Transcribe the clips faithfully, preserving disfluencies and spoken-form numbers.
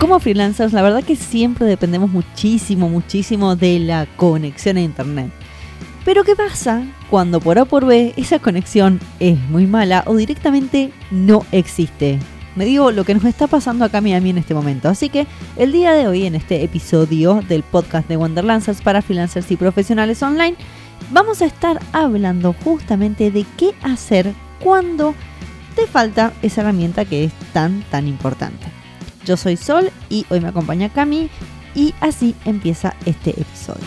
como freelancers, la verdad que siempre dependemos muchísimo, muchísimo de la conexión a internet. Pero ¿qué pasa cuando por A por B esa conexión es muy mala o directamente no existe? Me digo lo que nos está pasando acá a mí, a mí en este momento. Así que el día de hoy, en este episodio del podcast de Wanderlancers para freelancers y profesionales online, vamos a estar hablando justamente de qué hacer cuando te falta esa herramienta que es tan, tan importante. Yo soy Sol y hoy me acompaña Cami y así empieza este episodio.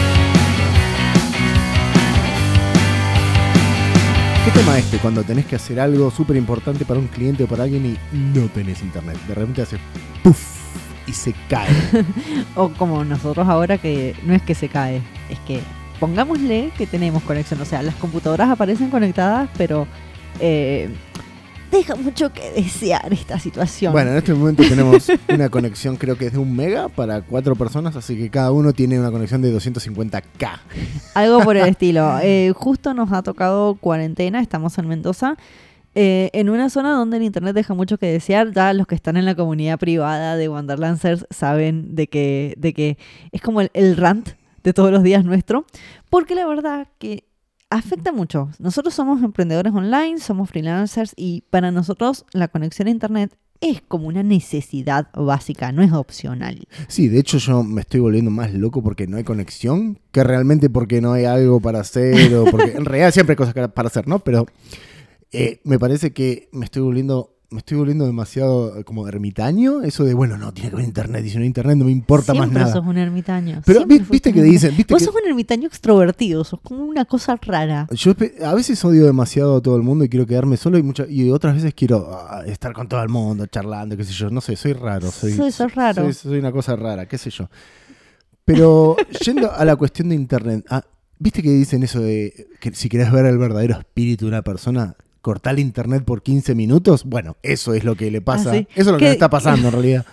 ¿Qué tema este cuando tenés que hacer algo súper importante para un cliente o para alguien y no tenés internet? De repente hace puff y se cae. O como nosotros ahora, que no es que se cae, es que pongámosle que tenemos conexión. O sea, las computadoras aparecen conectadas, pero eh, deja mucho que desear esta situación. Bueno, en este momento tenemos una conexión, creo que es de un mega para cuatro personas, así que cada uno tiene una conexión de doscientos cincuenta ka. Algo por el estilo. Eh, justo nos ha tocado cuarentena, estamos en Mendoza, eh, en una zona donde el internet deja mucho que desear. Ya los que están en la comunidad privada de Wanderlancers saben de que, de que es como el, el rant de todos los días nuestro, porque la verdad que afecta mucho. Nosotros somos emprendedores online, somos freelancers y para nosotros la conexión a internet es como una necesidad básica, no es opcional. Sí, de hecho yo me estoy volviendo más loco porque no hay conexión que realmente porque no hay algo para hacer o porque en realidad siempre hay cosas para hacer, ¿no? Pero eh, me parece que me estoy volviendo me estoy volviendo demasiado como ermitaño, eso de bueno, no, tiene que haber internet y si no hay internet no me importa Siempre más nada. Sos un ermitaño. Pero Siempre viste que dicen, viste Vos que sos un ermitaño extrovertido, sos como una cosa rara. Yo a veces odio demasiado a todo el mundo y quiero quedarme solo y, muchas, y otras veces quiero uh, estar con todo el mundo, charlando, qué sé yo. No sé, soy raro. Soy, soy, sos raro. Soy, soy una cosa rara, qué sé yo. Pero yendo a la cuestión de internet, ah, ¿viste que dicen eso de que si querés ver el verdadero espíritu de una persona, cortar el internet por quince minutos? Bueno, eso es lo que le pasa. ¿Ah, sí? Eso es lo que ¿Qué? le está pasando en realidad.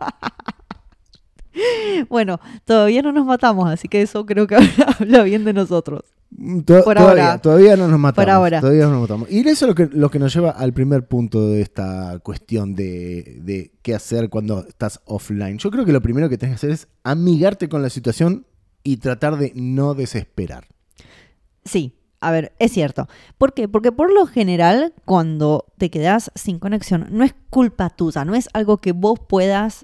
Bueno, todavía no nos matamos, así que eso creo que habla, habla bien de nosotros. To- por todavía, ahora. Todavía no nos matamos. Por ahora. Todavía no nos matamos. Y eso es lo que, lo que nos lleva al primer punto de esta cuestión de, de qué hacer cuando estás offline. Yo creo que lo primero que tienes que hacer es amigarte con la situación y tratar de no desesperar. Sí. A ver, es cierto. ¿Por qué? Porque por lo general, cuando te quedas sin conexión, no es culpa tuya, no es algo que vos puedas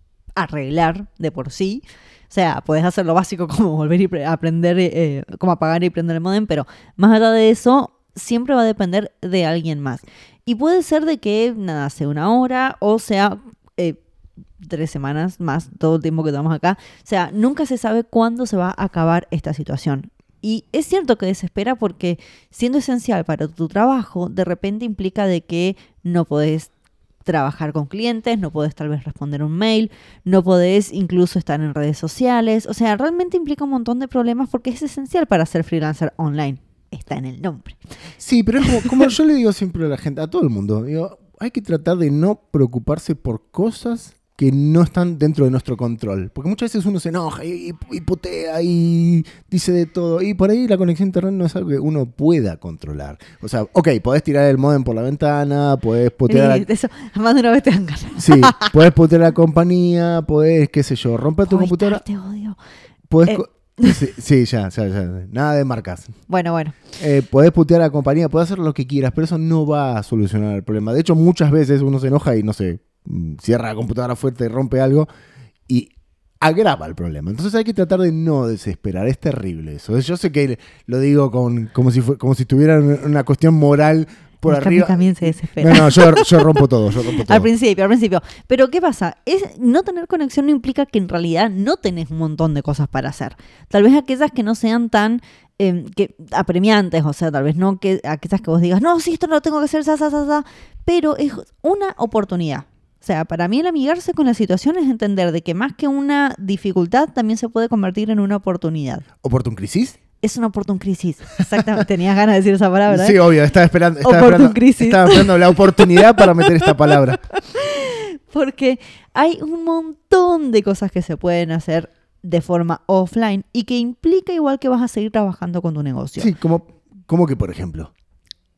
arreglar de por sí. O sea, podés hacer lo básico como volver y pre- aprender, eh, como apagar y prender el modem, pero más allá de eso, siempre va a depender de alguien más. Y puede ser de que, nada, sea una hora o sea eh, tres semanas más, todo el tiempo que estamos acá. O sea, nunca se sabe cuándo se va a acabar esta situación. Y es cierto que desespera porque siendo esencial para tu trabajo, de repente implica de que no podés trabajar con clientes, no podés tal vez responder un mail, no podés incluso estar en redes sociales. O sea, realmente implica un montón de problemas porque es esencial para ser freelancer online. Está en el nombre. Sí, pero es como, como yo le digo siempre a la gente, a todo el mundo, digo, hay que tratar de no preocuparse por cosas que no están dentro de nuestro control. Porque muchas veces uno se enoja y, y, y putea y dice de todo. Y por ahí la conexión a internet no es algo que uno pueda controlar. O sea, ok, podés tirar el modem por la ventana, podés putear... Sí, eso, más de una vez te dan ganas. Sí, podés putear a la compañía, podés, qué sé yo, romper tu Hoy computadora. Te odio. Podés... Eh. Co- sí, sí, ya, ya, ya. Nada de marcas. Bueno, bueno. Eh, podés putear a la compañía, podés hacer lo que quieras, pero eso no va a solucionar el problema. De hecho, muchas veces uno se enoja y no sé... cierra la computadora fuerte y rompe algo y agrava el problema. Entonces hay que tratar de no desesperar. Es terrible eso. Yo sé que lo digo con, como si fue, como si tuviera una cuestión moral por Es que arriba. a mí también se desespera. No, no, yo, yo rompo todo, yo rompo todo. Al principio, al principio. Pero ¿qué pasa? Es, no tener conexión no implica que en realidad no tenés un montón de cosas para hacer. Tal vez aquellas que no sean tan eh, que, apremiantes, o sea, tal vez no que aquellas que vos digas, no, sí, esto no lo tengo que hacer, sa, sa, sa, sa, pero es una oportunidad. O sea, para mí el amigarse con la situación es entender de que más que una dificultad también se puede convertir en una oportunidad. ¿Oportun crisis? Es una oportun crisis. Exactamente. Tenías ganas de decir esa palabra, ¿eh? Sí, obvio. Estaba esperando, estaba Oportun esperando, crisis. estaba esperando la oportunidad para meter esta palabra. Porque hay un montón de cosas que se pueden hacer de forma offline y que implica igual que vas a seguir trabajando con tu negocio. Sí, como, como que por ejemplo.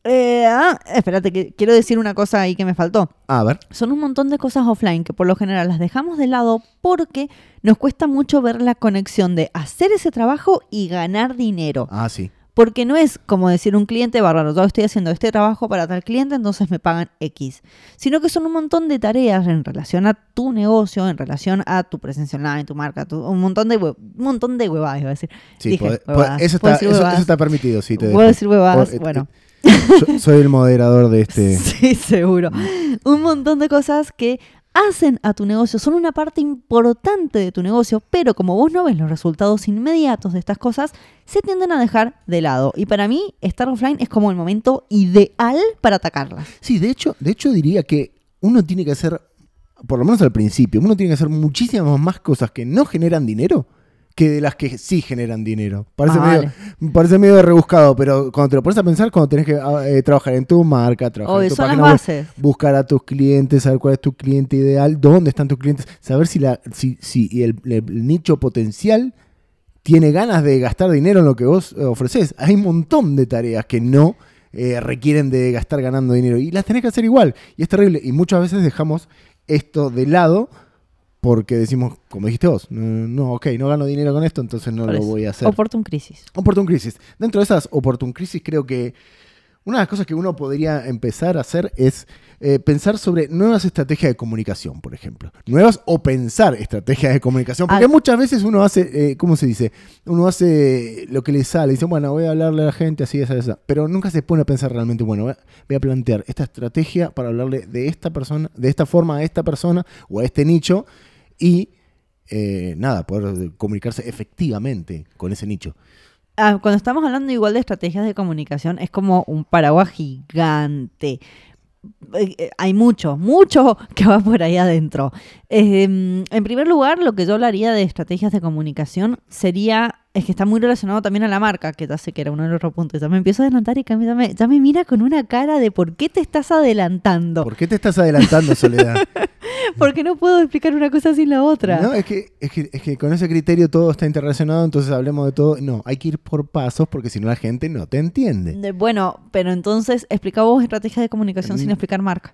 Eh, ah, espérate, que quiero decir una cosa ahí que me faltó. A ver. Son un montón de cosas offline que por lo general las dejamos de lado porque nos cuesta mucho ver la conexión de hacer ese trabajo y ganar dinero. Ah, sí. Porque no es como decir un cliente, bárbaro, yo estoy haciendo este trabajo para tal cliente, entonces me pagan X. Sino que son un montón de tareas en relación a tu negocio, en relación a tu presencia online, tu marca, tu, un montón de hue- un montón de huevadas, iba a decir. Sí, Dije, podés- huevadas. podés- eso, ¿Puedo está, decir eso, huevadas? eso está permitido, sí. Te ¿Puedo dejo. decir huevadas? Por- eh, Bueno. Yo soy el moderador de este... Sí, seguro. Un montón de cosas que hacen a tu negocio, son una parte importante de tu negocio, pero como vos no ves los resultados inmediatos de estas cosas, se tienden a dejar de lado. Y para mí, estar offline es como el momento ideal para atacarlas. Sí, de hecho, de hecho diría que uno tiene que hacer, por lo menos al principio, uno tiene que hacer muchísimas más cosas que no generan dinero que de las que sí generan dinero. Parece, Ah, medio, parece medio rebuscado, pero cuando te lo pones a pensar, cuando tenés que eh, trabajar en tu marca, trabajar Obvio, en tu son las página web, bases. buscar a tus clientes, saber cuál es tu cliente ideal, dónde están tus clientes, saber si, la, si, si el, el nicho potencial tiene ganas de gastar dinero en lo que vos ofreces. Hay un montón de tareas que no eh, requieren de gastar ganando dinero y las tenés que hacer igual. Y es terrible. Y muchas veces dejamos esto de lado porque decimos, como dijiste vos, no, no ok, no gano dinero con esto, entonces no Por lo eso. voy a hacer. Opportune crisis. Opportune crisis. Dentro de esas opportune crisis creo que una de las cosas que uno podría empezar a hacer es eh, pensar sobre nuevas estrategias de comunicación, por ejemplo. Nuevas o pensar estrategias de comunicación. Porque Ah. muchas veces uno hace, eh, ¿cómo se dice? Uno hace lo que le sale. Dice, bueno, voy a hablarle a la gente así, esa, esa. Pero nunca se pone a pensar realmente, bueno, voy a, voy a plantear esta estrategia para hablarle de esta persona, de esta forma a esta persona o a este nicho y, eh, nada, poder comunicarse efectivamente con ese nicho. Ah, cuando estamos hablando igual de estrategias de comunicación, es como un paraguas gigante. Eh, eh, Hay mucho, mucho que va por ahí adentro. Eh, en primer lugar, lo que yo hablaría de estrategias de comunicación sería, es que está muy relacionado también a la marca, que ya sé que era uno de los otros puntos. Ya me empiezo a adelantar y ya me, ya me mira con una cara de ¿por qué te estás adelantando? ¿Por qué te estás adelantando, Soledad? Porque no puedo explicar una cosa sin la otra. No, es que, es, que, es que con ese criterio todo está interrelacionado, entonces hablemos de todo. No, hay que ir por pasos porque si no la gente no te entiende. De- bueno, pero entonces explica vos estrategias de comunicación Mm. sin explicar marca.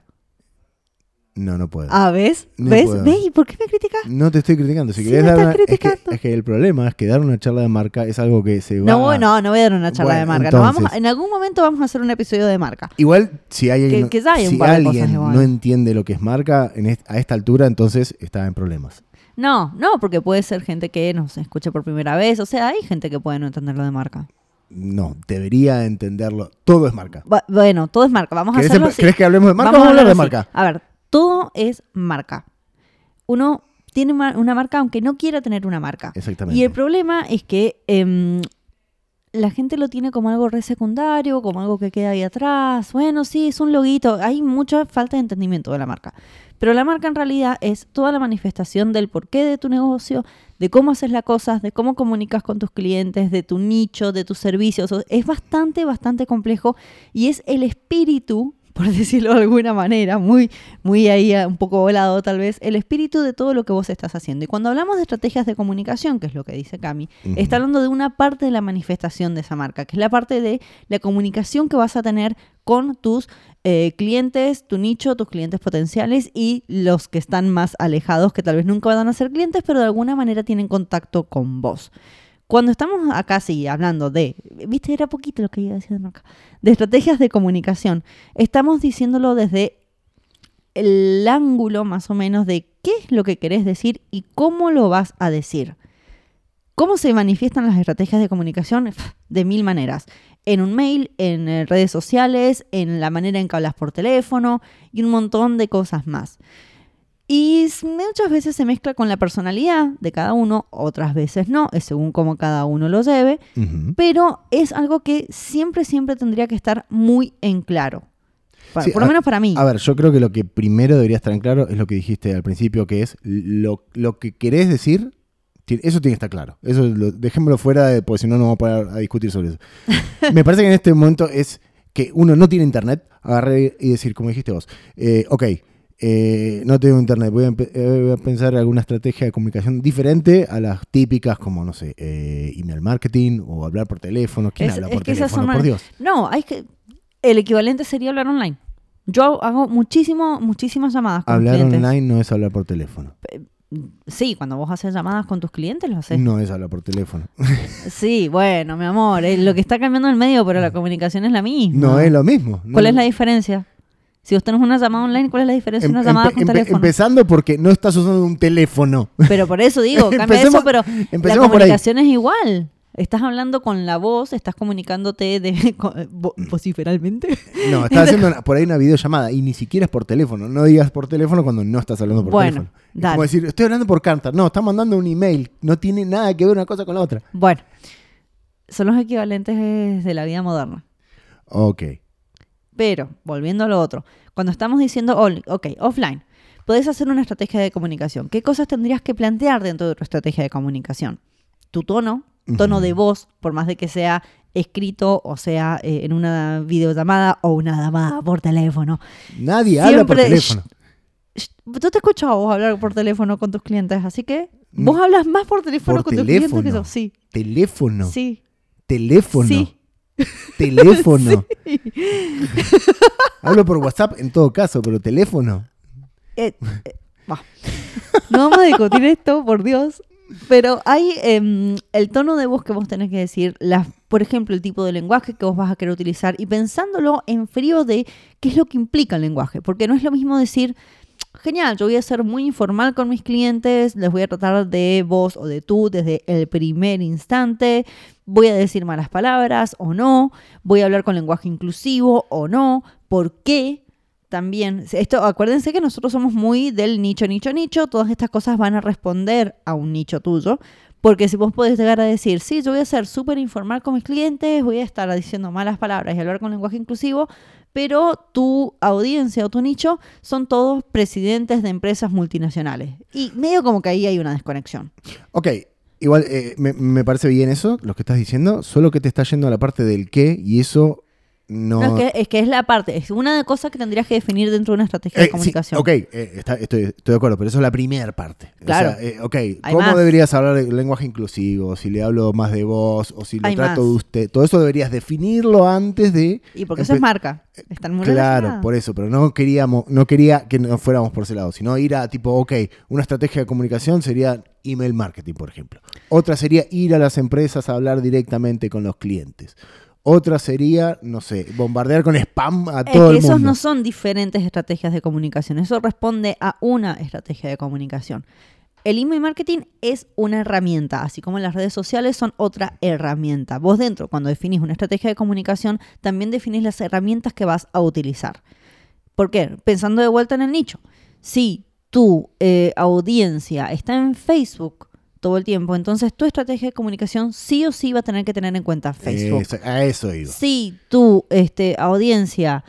No, no puedo. Ah, ¿ves? No ¿Ves? puedo. ¿Ves? ¿Y por qué me criticas? No te estoy criticando. Si Sí, querés me dar estás una, es, que, criticando. es que el problema es que dar una charla de marca es algo que se va No, a- no, no voy a dar una charla Bueno, de marca. No, vamos a- entonces- en algún momento vamos a hacer un episodio de marca. Igual, si, hay, Que- que ya hay un si par de cosas alguien igual. no entiende lo que es marca en est- a esta altura, entonces está en problemas. No, no, porque puede ser gente que nos escuche por primera vez. O sea, hay gente que puede no entender lo de marca. No, debería entenderlo. Todo es marca. Bu- bueno, todo es marca. Vamos a ¿Querés, hacerlo empe- así. ¿Querés que hablemos de marca o Vamos vamos a hablar de así. marca? A ver, todo es marca. Uno tiene ma- una marca aunque no quiera tener una marca. Exactamente. Y el problema es que em, la gente lo tiene como algo re secundario, como algo que queda ahí atrás. Bueno, sí, es un loguito. Hay mucha falta de entendimiento de la marca. Pero la marca en realidad es toda la manifestación del porqué de tu negocio, de cómo haces las cosas, de cómo comunicas con tus clientes, de tu nicho, de tus servicios. O- Es bastante, bastante complejo y es el espíritu, por decirlo de alguna manera, muy, muy ahí eh, un poco volado tal vez, el espíritu de todo lo que vos estás haciendo. Y cuando hablamos de estrategias de comunicación, que es lo que dice Cami, Ujú. está hablando de una parte de la manifestación de esa marca, que es la parte de la comunicación que vas a tener con tus eh, clientes, tu nicho, tus clientes potenciales y los que están más alejados, que tal vez nunca van a ser clientes, pero de alguna manera tienen contacto con vos. Cuando estamos acá, sí, hablando de, viste, era poquito lo que iba a decir de marca, de estrategias de comunicación, estamos diciéndolo desde el ángulo más o menos de qué es lo que querés decir y cómo lo vas a decir. ¿Cómo se manifiestan las estrategias de comunicación? De mil maneras. En un mail, en eh, redes sociales, en la manera en que hablas por teléfono y un montón de cosas más. Y s- muchas veces se mezcla con la personalidad de cada uno, otras veces no, es según cómo cada uno lo lleve, Ujú. pero es algo que siempre, siempre tendría que estar muy en claro. Pa- Sí, por lo a- menos para mí. A ver, yo creo que lo que primero debería estar en claro es lo que dijiste al principio, que es lo, lo que querés decir, ti- eso tiene que estar claro. Eso lo- dejémoslo fuera, de, porque si no, no vamos a parar a discutir sobre eso. Me parece que en este momento es que uno no tiene internet, agarrar y decir, como dijiste vos, eh, ok, eh, no tengo internet, voy a, empe- eh, voy a pensar en alguna estrategia de comunicación diferente a las típicas, como, no sé, eh, email marketing o hablar por teléfono. ¿Quién Es- habla es por que esas teléfono? son Por man- Dios. No, hay que... el equivalente sería hablar online. Yo hago muchísimo, muchísimas llamadas con Hablar clientes. online no es hablar por teléfono. Sí, cuando vos haces llamadas con tus clientes lo haces. No es hablar por teléfono. Sí, bueno, mi amor, es lo que está cambiando el medio, pero la comunicación es la misma. No es lo mismo. No. ¿Cuál es la diferencia? Si vos tenés una llamada online, ¿cuál es la diferencia de una Em- llamada empe- con empe- teléfono? Empezando porque no estás usando un teléfono. Pero por eso digo, cambia Empecemos- eso, pero la empecemos por ahí. comunicación es igual. Estás hablando con la voz, estás comunicándote de, con- vo- vociferalmente. No, estás haciendo una- por ahí una videollamada y ni siquiera es por teléfono. No digas por teléfono cuando no estás hablando por Bueno, teléfono. Es dale. como decir, estoy hablando por carta. No, estás mandando un email. No tiene nada que ver una cosa con la otra. Bueno, son los equivalentes de la vida moderna. Ok. Pero, volviendo a lo otro, cuando estamos diciendo, all- ok, offline, podés hacer una estrategia de comunicación. ¿Qué cosas tendrías que plantear dentro de tu estrategia de comunicación? Tu tono, tono Ujú. de voz, por más de que sea escrito o sea eh, en una videollamada o una llamada por teléfono. Nadie habla por Siempre- teléfono. Sh- Yo te he escuchado vos hablar por teléfono con tus clientes, así que Mm. vos hablas más por teléfono Por con tus teléfono. clientes que yo. Sí, Teléfono. sí, Teléfono. sí. Teléfono. Hablo por WhatsApp en todo caso, pero teléfono. Eh, eh, bah. No vamos a discutir esto, por Dios. Pero hay em, el tono de voz que vos tenés que decir, las, por ejemplo, el tipo de lenguaje que vos vas a querer utilizar y pensándolo en frío de qué es lo que implica el lenguaje. Porque no es lo mismo decir, genial, yo voy a ser muy informal con mis clientes, les voy a tratar de vos o de tú desde el primer instante, voy a decir malas palabras o no, voy a hablar con lenguaje inclusivo o no, ¿por qué? También, esto, acuérdense que nosotros somos muy del nicho, nicho, nicho. Todas estas cosas van a responder a un nicho tuyo. Porque si vos podés llegar a decir, sí, yo voy a ser súper informal con mis clientes, voy a estar diciendo malas palabras y hablar con lenguaje inclusivo, pero tu audiencia o tu nicho son todos presidentes de empresas multinacionales. Y medio como que ahí hay una desconexión. Ok, igual eh, me, me parece bien eso, lo que estás diciendo, solo que te está yendo a la parte del qué y eso no... No, es, que, es que es la parte, es una de cosas que tendrías que definir dentro de una estrategia Eh, de comunicación. Sí, ok, eh, está- estoy, estoy de acuerdo, pero eso es la primera parte. Claro. O sea, eh, ok, Hay ¿cómo más. deberías hablar de lenguaje inclusivo? Si le hablo más de vos o si lo Hay trato más. de usted. Todo eso deberías definirlo antes de... Y porque eso empe- es marca. Están muy Claro, relacionadas. por eso, pero no queríamos, no quería que nos fuéramos por ese lado, sino ir a tipo, ok, una estrategia de comunicación sería email marketing, por ejemplo. Otra sería ir a las empresas a hablar directamente con los clientes. Otra sería, no sé, bombardear con spam a Es todo que el esos mundo. no son diferentes estrategias de comunicación. Eso responde a una estrategia de comunicación. El email marketing es una herramienta, así como las redes sociales son otra herramienta. Vos dentro, cuando definís una estrategia de comunicación, también definís las herramientas que vas a utilizar. ¿Por qué? Pensando de vuelta en el nicho. Si tu eh, audiencia está en Facebook todo el tiempo, entonces tu estrategia de comunicación sí o sí va a tener que tener en cuenta Facebook. Eso- a eso iba. Si tu este, audiencia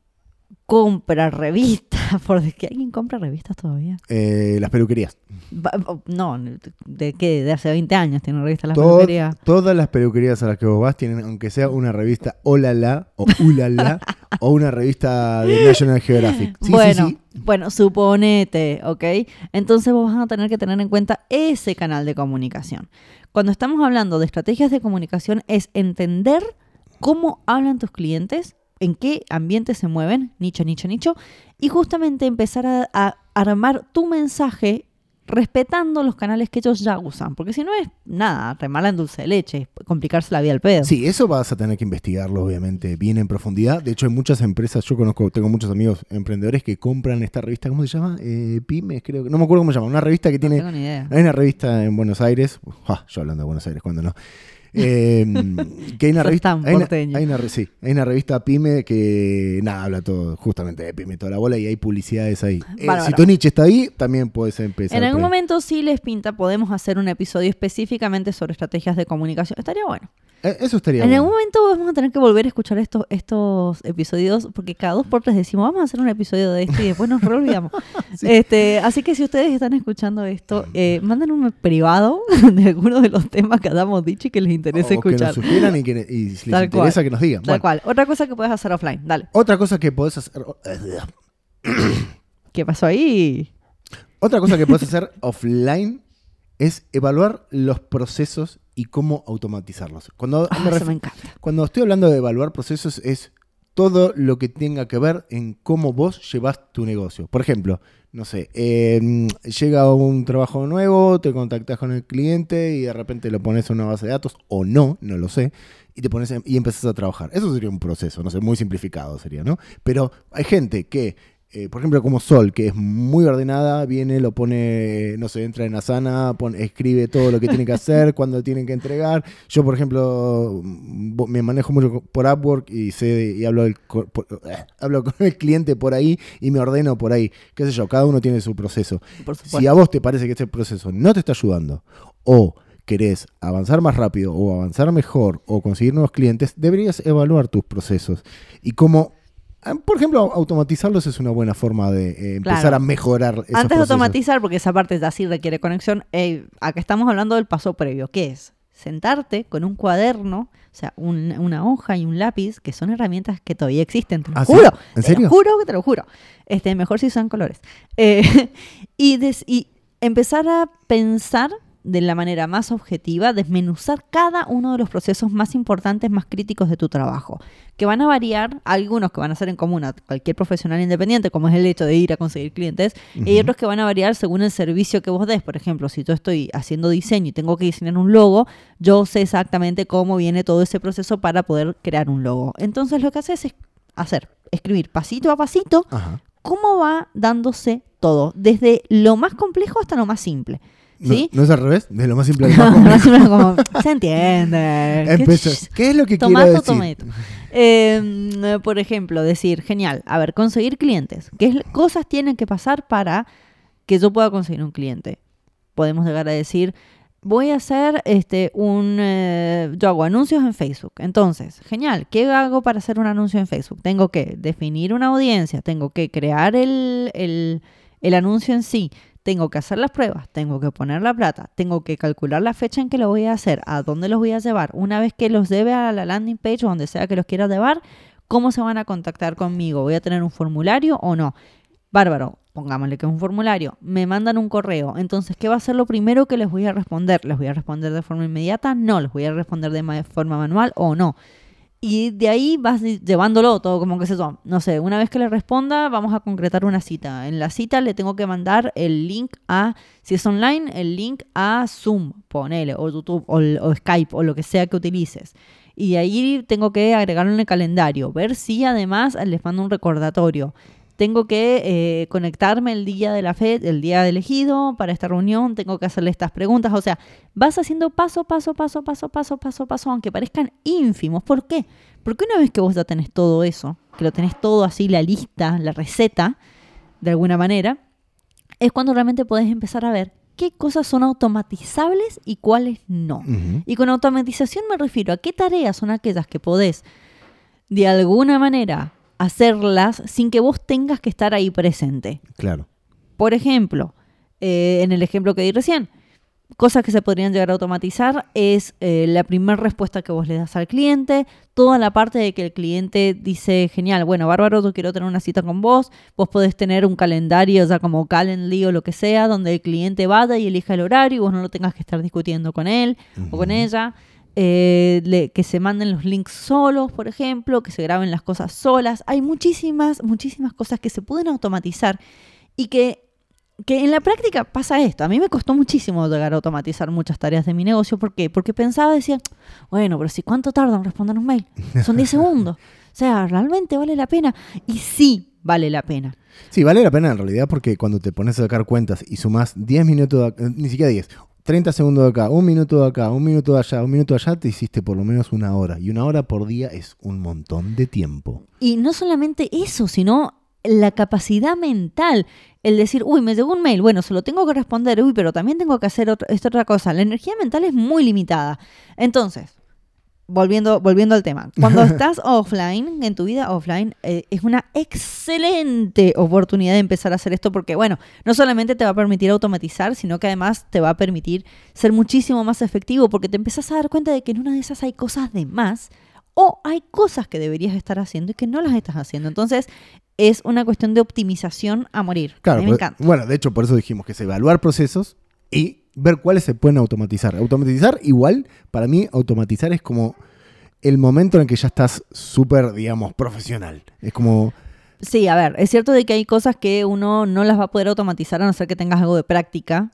compra revistas, porque alguien compra revistas todavía. Eh, las peluquerías. Va- No, ¿de qué? De hace veinte años tienen revistas las Todo- peluquerías. todas las peluquerías a las que vos vas tienen, aunque sea una revista Olala o Ulala o una revista de National Geographic. Sí, bueno, sí, sí. bueno, suponete, ¿ok? Entonces vos vas a tener que tener en cuenta ese canal de comunicación. Cuando estamos hablando de estrategias de comunicación es entender cómo hablan tus clientes, en qué ambiente se mueven, nicho, nicho, nicho, y justamente empezar a, a armar tu mensaje respetando los canales que ellos ya usan. Porque si no es nada, remala en dulce de leche, complicarse la vida al pedo. Sí, eso vas a tener que investigarlo, obviamente, bien en profundidad. De hecho, hay muchas empresas, yo conozco, tengo muchos amigos emprendedores que compran esta revista, ¿cómo se llama? Eh, Pymes, creo que, no me acuerdo cómo se llama, una revista que No tiene... tengo ni idea. Hay una revista en Buenos Aires, ah, yo hablando de Buenos Aires, ¿cuándo no? Eh, que hay una Sos revista, tan hay una, porteño. hay una re- sí, hay una revista Pyme que nada, habla todo justamente de Pyme, toda la bola y hay publicidades ahí. Eh, Bárbaro. si tu niche está ahí, también puedes empezar. En algún por ahí. momento, si les pinta, podemos hacer un episodio específicamente sobre estrategias de comunicación. Estaría bueno. Eh, Eso estaría En bueno. algún momento vamos a tener que volver a escuchar estos, estos episodios, porque cada dos por tres decimos, vamos a hacer un episodio de esto y después nos re olvidamos. Sí. este, así que si ustedes están escuchando esto, eh, manden un privado de alguno de los temas que hayamos dicho y que les interese O que escuchar. nos sugieran y, que, y si les Tal interesa cual. que nos digan. Tal Bueno, cual. Otra cosa que puedes hacer offline. Dale. otra cosa que podés hacer... ¿Qué pasó ahí? Otra cosa que puedes hacer offline es evaluar los procesos y cómo automatizarlos. Cuando, Ah, me eso ref- me encanta. cuando estoy hablando de evaluar procesos es todo lo que tenga que ver en cómo vos llevas tu negocio. Por ejemplo, no sé, eh, llega un trabajo nuevo, te contactas con el cliente y de repente lo pones en una base de datos, o no, no lo sé, y te pones en, y empezás a trabajar. Eso sería un proceso, no sé, muy simplificado sería, ¿no? Pero hay gente que, eh, por ejemplo, como Sol, que es muy ordenada, viene, lo pone, no sé, entra en Asana, pone, escribe todo lo que tiene que hacer, cuándo tienen que entregar. Yo, por ejemplo, me manejo mucho por Upwork y sé y hablo, del, por, eh, hablo con el cliente por ahí y me ordeno por ahí. Qué sé yo, cada uno tiene su proceso. Si a vos te parece que este proceso no te está ayudando o querés avanzar más rápido o avanzar mejor o conseguir nuevos clientes, deberías evaluar tus procesos y cómo... Por ejemplo, automatizarlos es una buena forma de eh, empezar claro. a mejorar esos Antes de procesos. automatizar, porque esa parte ya sí requiere conexión, eh, acá estamos hablando del paso previo, que es sentarte con un cuaderno, o sea, un, una hoja y un lápiz, que son herramientas que todavía existen, te lo ¿Ah, juro. sí? ¿En serio? Te lo juro que te lo juro. Este, mejor si usan colores. Eh, y, des, y empezar a pensar de la manera más objetiva, desmenuzar cada uno de los procesos más importantes, más críticos de tu trabajo, que van a variar, algunos que van a ser en común a cualquier profesional independiente, como es el hecho de ir a conseguir clientes, uh-huh. y hay otros que van a variar según el servicio que vos des. Por ejemplo, si yo estoy haciendo diseño y tengo que diseñar un logo, yo sé exactamente cómo viene todo ese proceso para poder crear un logo. Entonces lo que haces es hacer, escribir pasito a pasito, uh-huh. cómo va dándose todo, desde lo más complejo hasta lo más simple. ¿Sí? No, ¿No es al revés? De lo más simple al más complejo. como, se entiende. Empezás. ¿Qué es lo que tomato, quiero decir? Tomato. Eh, por ejemplo, decir, genial, a ver, conseguir clientes. ¿Qué cosas tienen que pasar para que yo pueda conseguir un cliente? Podemos llegar a decir, voy a hacer este un... Eh, yo hago anuncios en Facebook. Entonces, genial, ¿qué hago para hacer un anuncio en Facebook? Tengo que definir una audiencia, tengo que crear el, el, el anuncio en sí, tengo que hacer las pruebas, tengo que poner la plata, tengo que calcular la fecha en que lo voy a hacer, a dónde los voy a llevar. Una vez que los lleve a la landing page o donde sea que los quiera llevar, ¿cómo se van a contactar conmigo? ¿Voy a tener un formulario o no? Bárbaro, pongámosle que es un formulario. Me mandan un correo. Entonces, ¿qué va a ser lo primero que les voy a responder? ¿Les voy a responder de forma inmediata? No. ¿Les voy a responder de ma- forma manual o no? Y de ahí vas llevándolo todo, como que se son. No sé, una vez que le responda, vamos a concretar una cita. En la cita le tengo que mandar el link a, si es online, el link a Zoom, ponele, o YouTube, o, o Skype, o lo que sea que utilices. Y de ahí tengo que agregarlo en el calendario, ver si además les mando un recordatorio. Tengo que eh, conectarme el día de la fe, el día elegido para esta reunión, tengo que hacerle estas preguntas. O sea, vas haciendo paso, paso, paso, paso, paso, paso, paso, aunque parezcan ínfimos. ¿Por qué? Porque una vez que vos ya tenés todo eso, que lo tenés todo así, la lista, la receta, de alguna manera, es cuando realmente podés empezar a ver qué cosas son automatizables y cuáles no. Uh-huh. Y con automatización me refiero a qué tareas son aquellas que podés, de alguna manera, hacerlas sin que vos tengas que estar ahí presente. Claro. Por ejemplo, eh, en el ejemplo que di recién, cosas que se podrían llegar a automatizar es eh, la primera respuesta que vos le das al cliente, toda la parte de que el cliente dice, genial, bueno, bárbaro, yo quiero tener una cita con vos, vos podés tener un calendario, o sea, como Calendly o lo que sea, donde el cliente vaya y elija el horario y vos no lo tengas que estar discutiendo con él uh-huh. o con ella. Eh, le, que se manden los links solos, por ejemplo, que se graben las cosas solas. Hay muchísimas, muchísimas cosas que se pueden automatizar y que, que en la práctica pasa esto. A mí me costó muchísimo llegar a automatizar muchas tareas de mi negocio. ¿Por qué? Porque pensaba, decía, bueno, pero si ¿cuánto tarda en responder un mail? Son diez segundos. O sea, ¿realmente vale la pena? Y sí, vale la pena. Sí, vale la pena en realidad porque cuando te pones a sacar cuentas y sumás diez minutos, de, ni siquiera diez, treinta segundos de acá, un minuto de acá, un minuto de allá, un minuto de allá, te hiciste por lo menos una hora. Y una hora por día es un montón de tiempo. Y no solamente eso, sino la capacidad mental. El decir, uy, me llegó un mail, bueno, se lo tengo que responder, uy, pero también tengo que hacer otra, esta otra cosa. La energía mental es muy limitada. Entonces, volviendo, volviendo al tema, cuando estás offline, en tu vida offline, eh, es una excelente oportunidad de empezar a hacer esto porque, bueno, no solamente te va a permitir automatizar, sino que además te va a permitir ser muchísimo más efectivo porque te empezás a dar cuenta de que en una de esas hay cosas de más o hay cosas que deberías estar haciendo y que no las estás haciendo. Entonces, es una cuestión de optimización a morir. Claro, a mí me encanta. Bueno, de hecho, por eso dijimos que es evaluar procesos y ver cuáles se pueden automatizar. Automatizar, igual, para mí, automatizar es como el momento en el que ya estás súper, digamos, profesional. Es como... Sí, a ver, es cierto de que hay cosas que uno no las va a poder automatizar a no ser que tengas algo de práctica.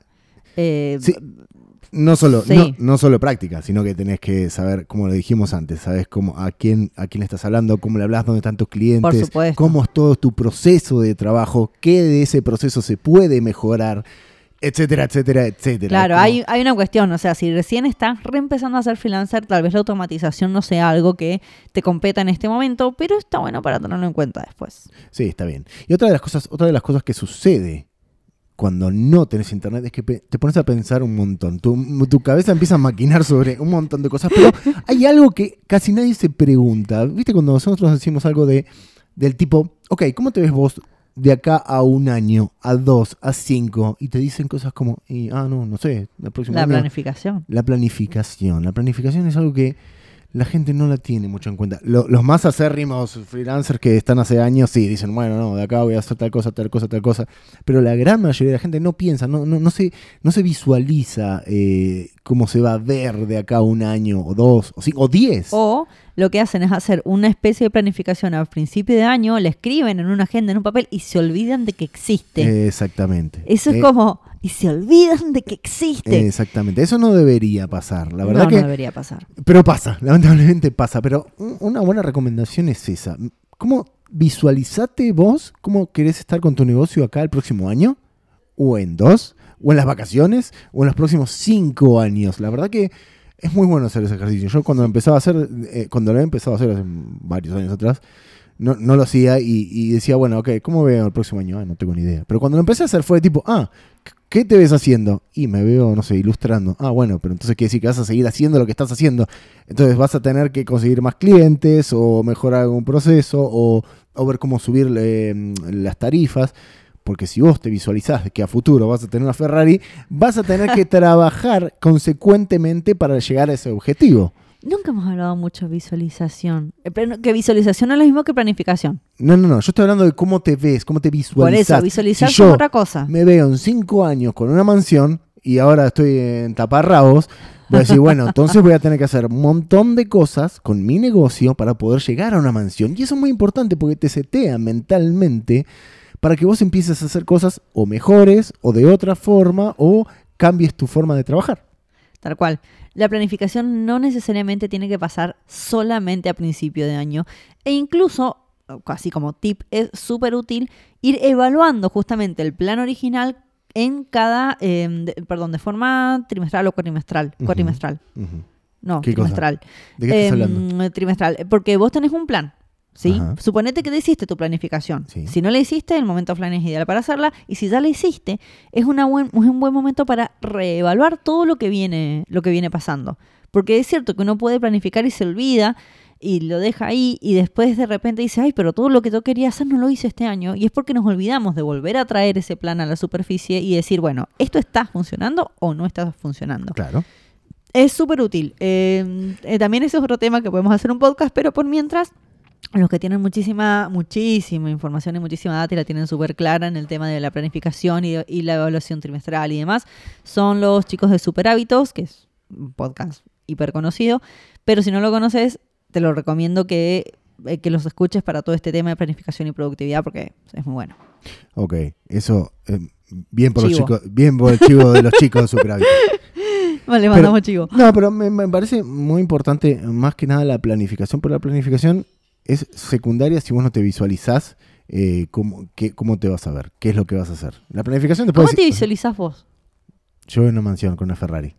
Eh, sí, no solo, sí. no, no solo práctica, sino que tenés que saber, como lo dijimos antes, sabes cómo, a quién, a quién le estás hablando, cómo le hablas, dónde están tus clientes, Por supuesto. cómo es todo tu proceso de trabajo, qué de ese proceso se puede mejorar, etcétera, etcétera, etcétera. Claro, como... hay, hay una cuestión, o sea, si recién estás reempezando a ser freelancer, tal vez la automatización no sea algo que te competa en este momento, pero está bueno para tenerlo en cuenta después. Sí, está bien. Y otra de las cosas, otra de las cosas que sucede cuando no tenés internet es que pe- te pones a pensar un montón. Tu, tu cabeza empieza a maquinar sobre un montón de cosas, pero hay algo que casi nadie se pregunta. ¿Viste cuando nosotros decimos algo de del tipo, ok, ¿cómo te ves vos de acá a un año, a dos, a cinco? Y te dicen cosas como, y, ah, no, no sé, el próximo La año... planificación. La planificación. La planificación es algo que la gente no la tiene mucho en cuenta. Lo, los más acérrimos freelancers que están hace años, sí, dicen, bueno, no, de acá voy a hacer tal cosa, tal cosa, tal cosa. Pero la gran mayoría de la gente no piensa, no, no, no, se, no se visualiza eh, cómo se va a ver de acá a un año, o dos, o cinco, o diez. O lo que hacen es hacer una especie de planificación al principio de año, la escriben en una agenda, en un papel, y se olvidan de que existe. Eh, exactamente. Eso es Eh, como... Y se olvidan de que existe. Exactamente. Eso no debería pasar. La verdad no, que... no debería pasar. Pero pasa, lamentablemente pasa. Pero un- una buena recomendación es esa. ¿Cómo visualizate vos cómo querés estar con tu negocio acá el próximo año? ¿O en dos? ¿O en las vacaciones? ¿O en los próximos cinco años? La verdad que es muy bueno hacer ese ejercicio. Yo cuando lo empezaba a hacer, eh, cuando lo he empezado a hacer hace varios años atrás, no, no lo hacía y, y decía, bueno, ok, ¿cómo veo el próximo año? Ah, no tengo ni idea. Pero cuando lo empecé a hacer fue tipo, ah, ¿qué te ves haciendo? Y me veo, no sé, ilustrando. Ah, bueno, pero entonces quiere decir que vas a seguir haciendo lo que estás haciendo. Entonces vas a tener que conseguir más clientes o mejorar algún proceso o, o ver cómo subir eh, las tarifas. Porque si vos te visualizás que a futuro vas a tener una Ferrari, vas a tener que trabajar consecuentemente para llegar a ese objetivo. Nunca hemos hablado mucho de visualización. Eh, pero Que visualización no es lo mismo que planificación. No, no, no. Yo estoy hablando de cómo te ves, cómo te visualizás. Por eso, visualizar Si es yo otra cosa. me veo en cinco años con una mansión y ahora estoy en taparrabos, voy a decir, bueno, entonces voy a tener que hacer un montón de cosas con mi negocio para poder llegar a una mansión. Y eso es muy importante porque te setea mentalmente para que vos empieces a hacer cosas o mejores o de otra forma o cambies tu forma de trabajar. Tal cual. La planificación no necesariamente tiene que pasar solamente a principio de año. E incluso, casi como tip, es súper útil ir evaluando justamente el plan original en cada, eh, de, perdón, de forma trimestral o cuatrimestral. Uh-huh. Cuatrimestral. Uh-huh. No, ¿Qué trimestral. cosa? ¿De qué estás Eh, hablando? Trimestral. Porque vos tenés un plan. ¿Sí? Ajá. Suponete que te hiciste tu planificación. Sí. Si no la hiciste, el momento offline es ideal para hacerla. Y si ya la hiciste, es, una buen, es un buen momento para reevaluar todo lo que viene, lo que viene pasando. Porque es cierto que uno puede planificar y se olvida y lo deja ahí y después de repente dice, ay, pero todo lo que yo quería hacer no lo hice este año. Y es porque nos olvidamos de volver a traer ese plan a la superficie y decir, bueno, ¿esto está funcionando o no está funcionando? Claro. Es súper útil. Eh, eh, también ese es otro tema que podemos hacer un podcast, pero por mientras... Los que tienen muchísima, muchísima información y muchísima data y la tienen súper clara en el tema de la planificación y, de, y la evaluación trimestral y demás, son los chicos de Super Hábitos, que es un podcast hiper conocido, pero si no lo conoces, te lo recomiendo que, eh, que los escuches para todo este tema de planificación y productividad porque es muy bueno. Ok, eso, eh, bien por Chivo. los chicos, bien por el chivo de los chicos de Super Hábitos. Vale, le mandamos chivo. No, pero me, me parece muy importante más que nada la planificación, pero la planificación es secundaria si vos no te visualizás eh, cómo, qué, cómo te vas a ver, qué es lo que vas a hacer. La planificación después... ¿Cómo te visualizás vos? Yo en una mansión con una Ferrari.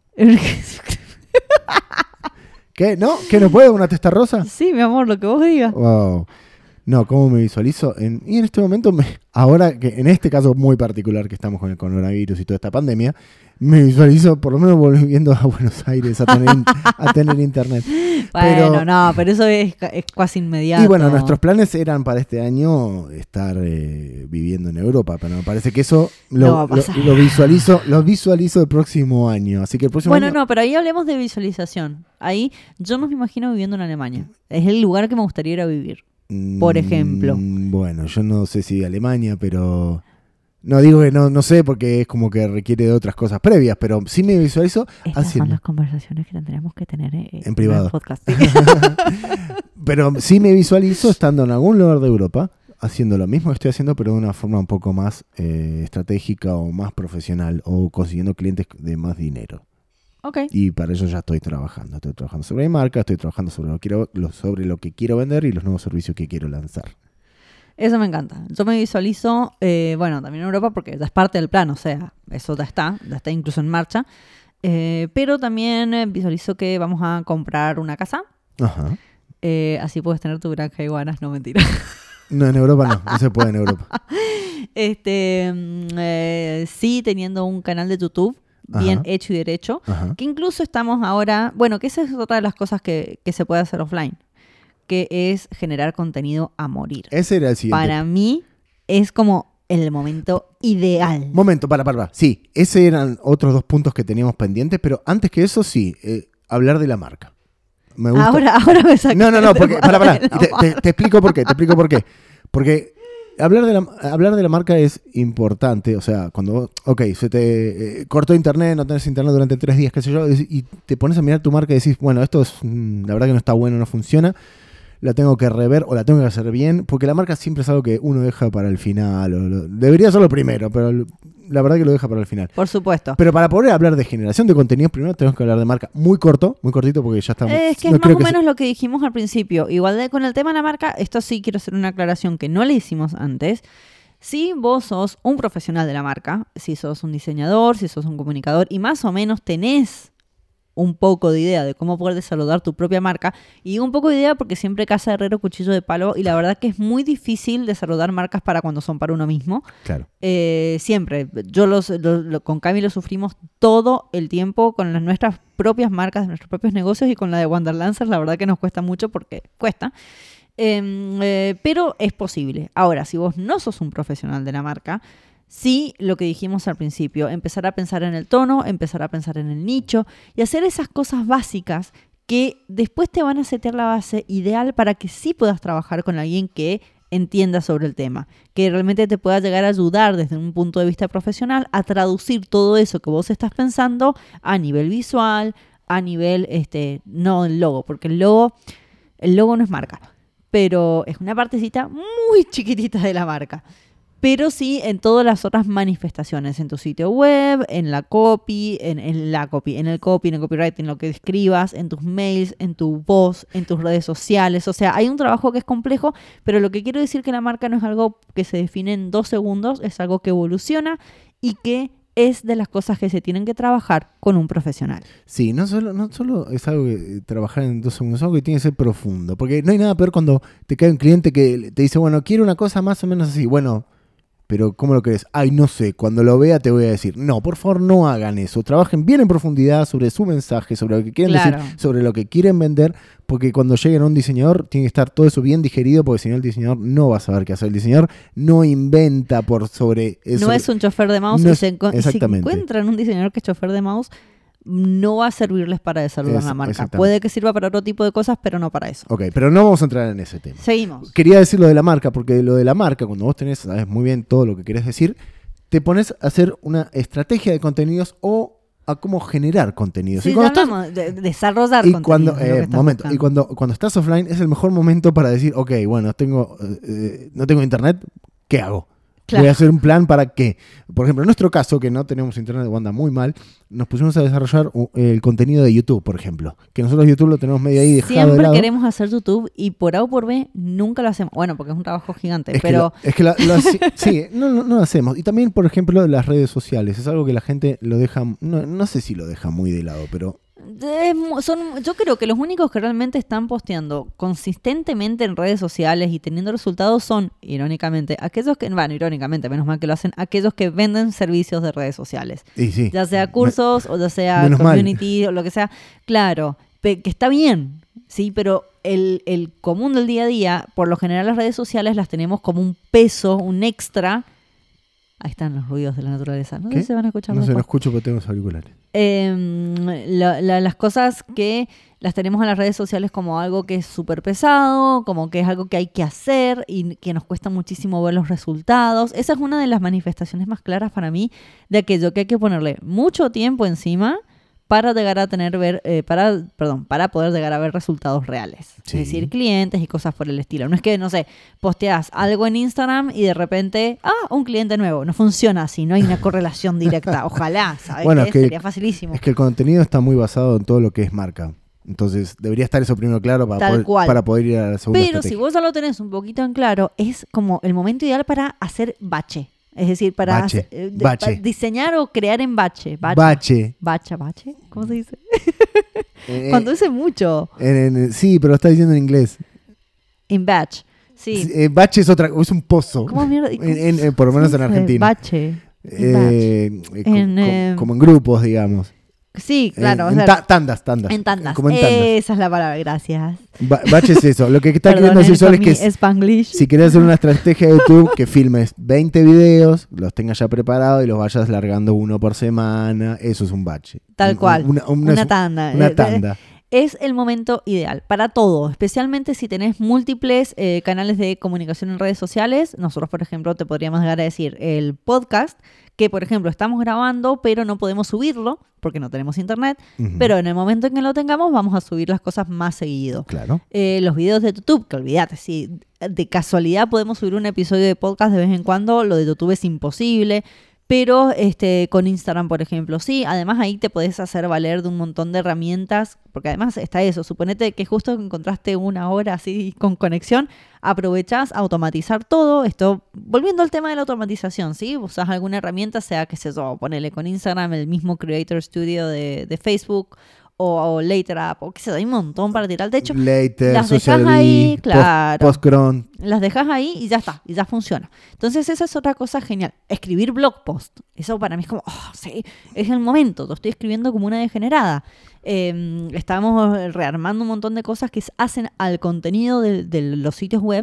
¿Qué? ¿No? ¿Qué no puedo? ¿Una testa rosa? Sí, mi amor, lo que vos digas. Wow. No, ¿cómo me visualizo? En, y en este momento, me, ahora que en este caso muy particular que estamos con el coronavirus y toda esta pandemia, me visualizo por lo menos volviendo a Buenos Aires a tener, a tener internet. Bueno, pero, no, pero eso es, es casi inmediato. Y bueno, nuestros planes eran para este año estar eh, viviendo en Europa, pero me parece que eso lo, No va a pasar. lo, lo visualizo lo visualizo el próximo año. Así que el próximo Bueno, año... no, pero ahí hablemos de visualización. Ahí yo no me imagino viviendo en Alemania. Es el lugar que me gustaría ir a vivir. Por ejemplo. Mm, bueno, yo no sé si Alemania, pero... No digo que no, no sé porque es como que requiere de otras cosas previas, pero sí me visualizo Estas haciendo. son las conversaciones que tendríamos que tener eh, En privado. el podcast. ¿Sí? Pero sí me visualizo estando en algún lugar de Europa haciendo lo mismo que estoy haciendo, pero de una forma un poco más eh, estratégica o más profesional o consiguiendo clientes de más dinero. Ok. Y para eso ya estoy trabajando. Estoy trabajando sobre mi marca, estoy trabajando sobre lo, que quiero, lo- sobre lo que quiero vender y los nuevos servicios que quiero lanzar. Eso me encanta. Yo me visualizo, eh, bueno, también en Europa porque ya es parte del plan, o sea, eso ya está, ya está incluso en marcha. Eh, pero también eh, visualizo que vamos a comprar una casa. Ajá. Eh, así puedes tener tu granja de iguanas, no mentira. No, en Europa no. No se puede en Europa. Este, mm, eh, sí, teniendo un canal de YouTube bien Ajá. hecho y derecho, Ajá. que incluso estamos ahora, bueno, que esa es otra de las cosas que, que se puede hacer offline, que es generar contenido a morir. Ese era el siguiente. Para mí es como el momento ideal. Momento, para, para, para. Sí, esos eran otros dos puntos que teníamos pendientes, pero antes que eso, sí, eh, hablar de la marca. Me gusta. Ahora, ahora me sacaste No, no, no, porque, de para, para. la Te, te- te explico por qué, te explico por qué. Porque hablar de la, hablar de la marca es importante, o sea, cuando, vos- ok, se te eh, cortó internet, no tenés internet durante tres días, qué sé yo, y te pones a mirar tu marca y decís, bueno, esto es, mm, la verdad que no está bueno, no funciona, la tengo que rever o la tengo que hacer bien, porque la marca siempre es algo que uno deja para el final, o lo- debería ser lo primero, pero lo- la verdad que lo deja para el final. Por supuesto. Pero para poder hablar de generación de contenidos, primero tenemos que hablar de marca muy corto, muy cortito, porque ya estamos... Es que no es más creo o que menos se- lo que dijimos al principio. Igual de, con el tema de la marca, esto sí quiero hacer una aclaración que no le hicimos antes. Si vos sos un profesional de la marca, si sos un diseñador, si sos un comunicador y más o menos tenés un poco de idea de cómo poder desarrollar tu propia marca, y digo un poco de idea porque siempre casa herrero cuchillo de palo, y la verdad que es muy difícil desarrollar marcas para cuando son para uno mismo. Claro. Eh, siempre. Yo los, los- lo- con Cami lo sufrimos todo el tiempo con las nuestras propias marcas, nuestros propios negocios, y con la de Wanderlancers la verdad que nos cuesta mucho porque cuesta. Eh, eh, pero es posible. Ahora, si vos no sos un profesional de la marca, sí, lo que dijimos al principio, empezar a pensar en el tono, empezar a pensar en el nicho y hacer esas cosas básicas que después te van a setear la base ideal para que sí puedas trabajar con alguien que entienda sobre el tema, que realmente te pueda llegar a ayudar desde un punto de vista profesional a traducir todo eso que vos estás pensando a nivel visual, a nivel, este, no el logo, porque el logo, el logo no es marca, pero es una partecita muy chiquitita de la marca. Pero sí en todas las otras manifestaciones, en tu sitio web, en la copy, en, en la copy, en el copy, en el copyright, en lo que escribas, en tus mails, en tu voz, en tus redes sociales. O sea, hay un trabajo que es complejo, pero lo que quiero decir que la marca no es algo que se define en dos segundos, es algo que evoluciona y que es de las cosas que se tienen que trabajar con un profesional. Sí, no solo, no solo es algo que eh, trabajar en dos segundos, es algo que tiene que ser profundo. Porque no hay nada peor cuando te cae un cliente que te dice, bueno, quiero una cosa más o menos así. Bueno, pero ¿cómo lo querés? Ay, no sé, cuando lo vea te voy a decir. No, por favor, no hagan eso. Trabajen bien en profundidad sobre su mensaje, sobre lo que quieren Claro. decir, sobre lo que quieren vender, porque cuando lleguen a un diseñador tiene que estar todo eso bien digerido, porque si no el diseñador no va a saber qué hacer. El diseñador no inventa por sobre eso. No es un chofer de mouse No y, es- se enco- y si exactamente. encuentran un diseñador que es chofer de mouse, no va a servirles para desarrollar Eso, la marca. exactamente. Puede que sirva para otro tipo de cosas, pero no para eso. Ok, pero no vamos a entrar en ese tema. Seguimos. Quería decir lo de la marca, porque lo de la marca, cuando vos tenés, sabes muy bien todo lo que querés decir, te pones a hacer una estrategia de contenidos o a cómo generar contenidos. Sí, y ya cuando estás, hablamos de de desarrollar y contenido, cuando, es lo eh, que estás momento, y buscando. cuando, cuando estás offline es el mejor momento para decir, ok, bueno, tengo, eh, eh, no tengo internet, ¿qué hago? Claro. Voy a hacer un plan para que, por ejemplo, en nuestro caso, que no tenemos internet, anda muy mal, nos pusimos a desarrollar uh, el contenido de YouTube, por ejemplo. Que nosotros YouTube lo tenemos medio ahí dejado de Siempre lado. queremos hacer YouTube y por A o por B nunca lo hacemos. Bueno, porque es un trabajo gigante, Es pero que, lo, es que lo, lo hace- sí, no, no, no lo hacemos. Y también, por ejemplo, las redes sociales. Es algo que la gente lo deja, no, no sé si lo deja muy de lado, pero es mu- son, yo creo que los únicos que realmente están posteando consistentemente en redes sociales y teniendo resultados son, irónicamente, aquellos que, bueno, irónicamente, menos mal que lo hacen, aquellos que venden servicios de redes sociales. y sí. Ya sea cursos o ya sea Menos mal. community o lo que sea. Claro, pe- que está bien, sí, pero el, el común del día a día, por lo general las redes sociales las tenemos como un peso, un extra Ahí están los ruidos de la naturaleza. No sé ¿Qué? si se van a escuchar. No sé, después. no escucho porque tengo los auriculares. Eh, la, la, las cosas que las tenemos en las redes sociales como algo que es súper pesado, como que es algo que hay que hacer y que nos cuesta muchísimo ver los resultados. Esa es una de las manifestaciones más claras para mí de aquello que hay que ponerle mucho tiempo encima para llegar a tener ver, eh, para, perdón, para poder llegar a ver resultados reales. Sí. Es decir, clientes y cosas por el estilo. No es que, no sé, posteas algo en Instagram y de repente, ah, un cliente nuevo. No funciona así, no hay una correlación directa. Ojalá, ¿sabes? Bueno, qué? es que- Sería facilísimo. Es que el contenido está muy basado en todo lo que es marca. Entonces, debería estar eso primero claro para, Tal poder, cual. para poder ir a la segunda Pero si estrategia. vos ya lo tenés un poquito en claro, es como el momento ideal para hacer bache. Es decir, para Bache, hacer- eh, de- bache. pa- diseñar o crear en bache. Bache. Bache. Bacha, bache. ¿Cómo se dice? Eh, Cuando dice mucho. en- en- sí, pero lo está diciendo en inglés. En batch. Sí. Eh, bache es otra, es un pozo. ¿Cómo mierda? En- en- en- por lo menos en ¿Cómo se dice? Argentina. Bache. En Eh, eh, co- En, co- eh, como en grupos, digamos. Sí, claro. Eh, o en sea, ta- tandas, tandas. en tandas. Como en tandas. Esa es la palabra, gracias. Ba- bache es eso. Lo que está Perdonen queriendo decir Sol es con que mi s- Spanglish. si querés hacer una estrategia de YouTube, que filmes veinte videos, los tengas ya preparados y los vayas largando uno por semana. Eso es un bache. Tal Un- cual. Una, una- Una tanda. Una Eh, tanda. Es el momento ideal para todo, especialmente si tenés múltiples eh, canales de comunicación en redes sociales. Nosotros, por ejemplo, te podríamos llegar a decir el podcast, que por ejemplo estamos grabando, pero no podemos subirlo porque no tenemos internet. Ujú. Pero en el momento en que lo tengamos, vamos a subir las cosas más seguido. Claro. Eh, los videos de YouTube, que olvídate, si de casualidad podemos subir un episodio de podcast de vez en cuando, lo de YouTube es imposible. Pero este, con Instagram, por ejemplo, sí. Además, ahí te podés hacer valer de un montón de herramientas, porque además está eso. Suponete que justo encontraste una hora así con conexión, aprovechás a automatizar todo. Esto, volviendo al tema de la automatización, ¿sí? Usás alguna herramienta, sea, qué sé yo, ponele con Instagram el mismo Creator Studio de, de Facebook o, o Later App, o qué sé yo, hay un montón para tirar. De hecho, Later, las Social dejás ahí, Bee, claro. Post, Postcron. las dejas ahí y ya está, y ya funciona. Entonces esa es otra cosa genial. Escribir blog post. Eso para mí es como, oh, sí, es el momento. Lo estoy escribiendo como una degenerada. Eh, estamos rearmando un montón de cosas que hacen al contenido de, de los sitios web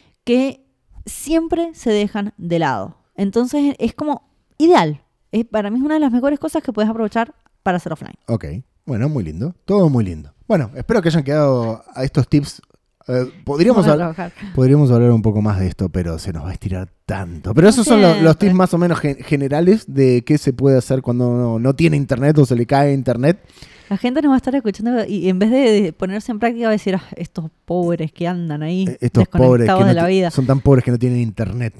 que siempre se dejan de lado. Entonces es como ideal. Es, para mí es una de las mejores cosas que puedes aprovechar para hacer offline. Ok. Bueno, muy lindo. Todo muy lindo. Bueno, espero que hayan quedado a estos tips. Eh, podríamos, Vamos a hablar, trabajar. podríamos hablar un poco más de esto, pero se nos va a estirar tanto. Pero esos Como son los, los siempre. tips más o menos gen- generales de qué se puede hacer cuando no, no tiene internet o se le cae internet. La gente nos va a estar escuchando y en vez de ponerse en práctica va a decir, "Ah, estos pobres que andan ahí Eh, Estos pobres que desconectados no de la ti- vida". son tan pobres que no tienen internet.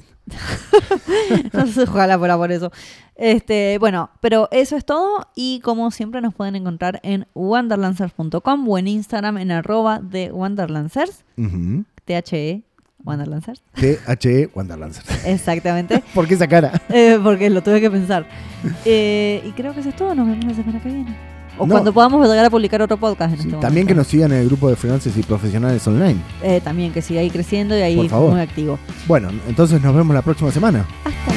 No sé, ojalá fuera por eso. Este, bueno, pero eso es todo y como siempre nos pueden encontrar en wanderlancers punto com o en Instagram en arroba de wanderlancers, Ujú. T H E, wanderlancers. T H E Wanderlands. Exactamente, ¿Por qué esa cara? eh, porque lo tuve que pensar. Eh, y creo que eso es todo, nos vemos la semana que viene. O No. cuando podamos llegar a publicar otro podcast en Sí, este también que momento. nos sigan en el grupo de freelancers y profesionales online. Eh, también que siga ahí creciendo y ahí Por favor. muy activo. Bueno, entonces nos vemos la próxima semana. Hasta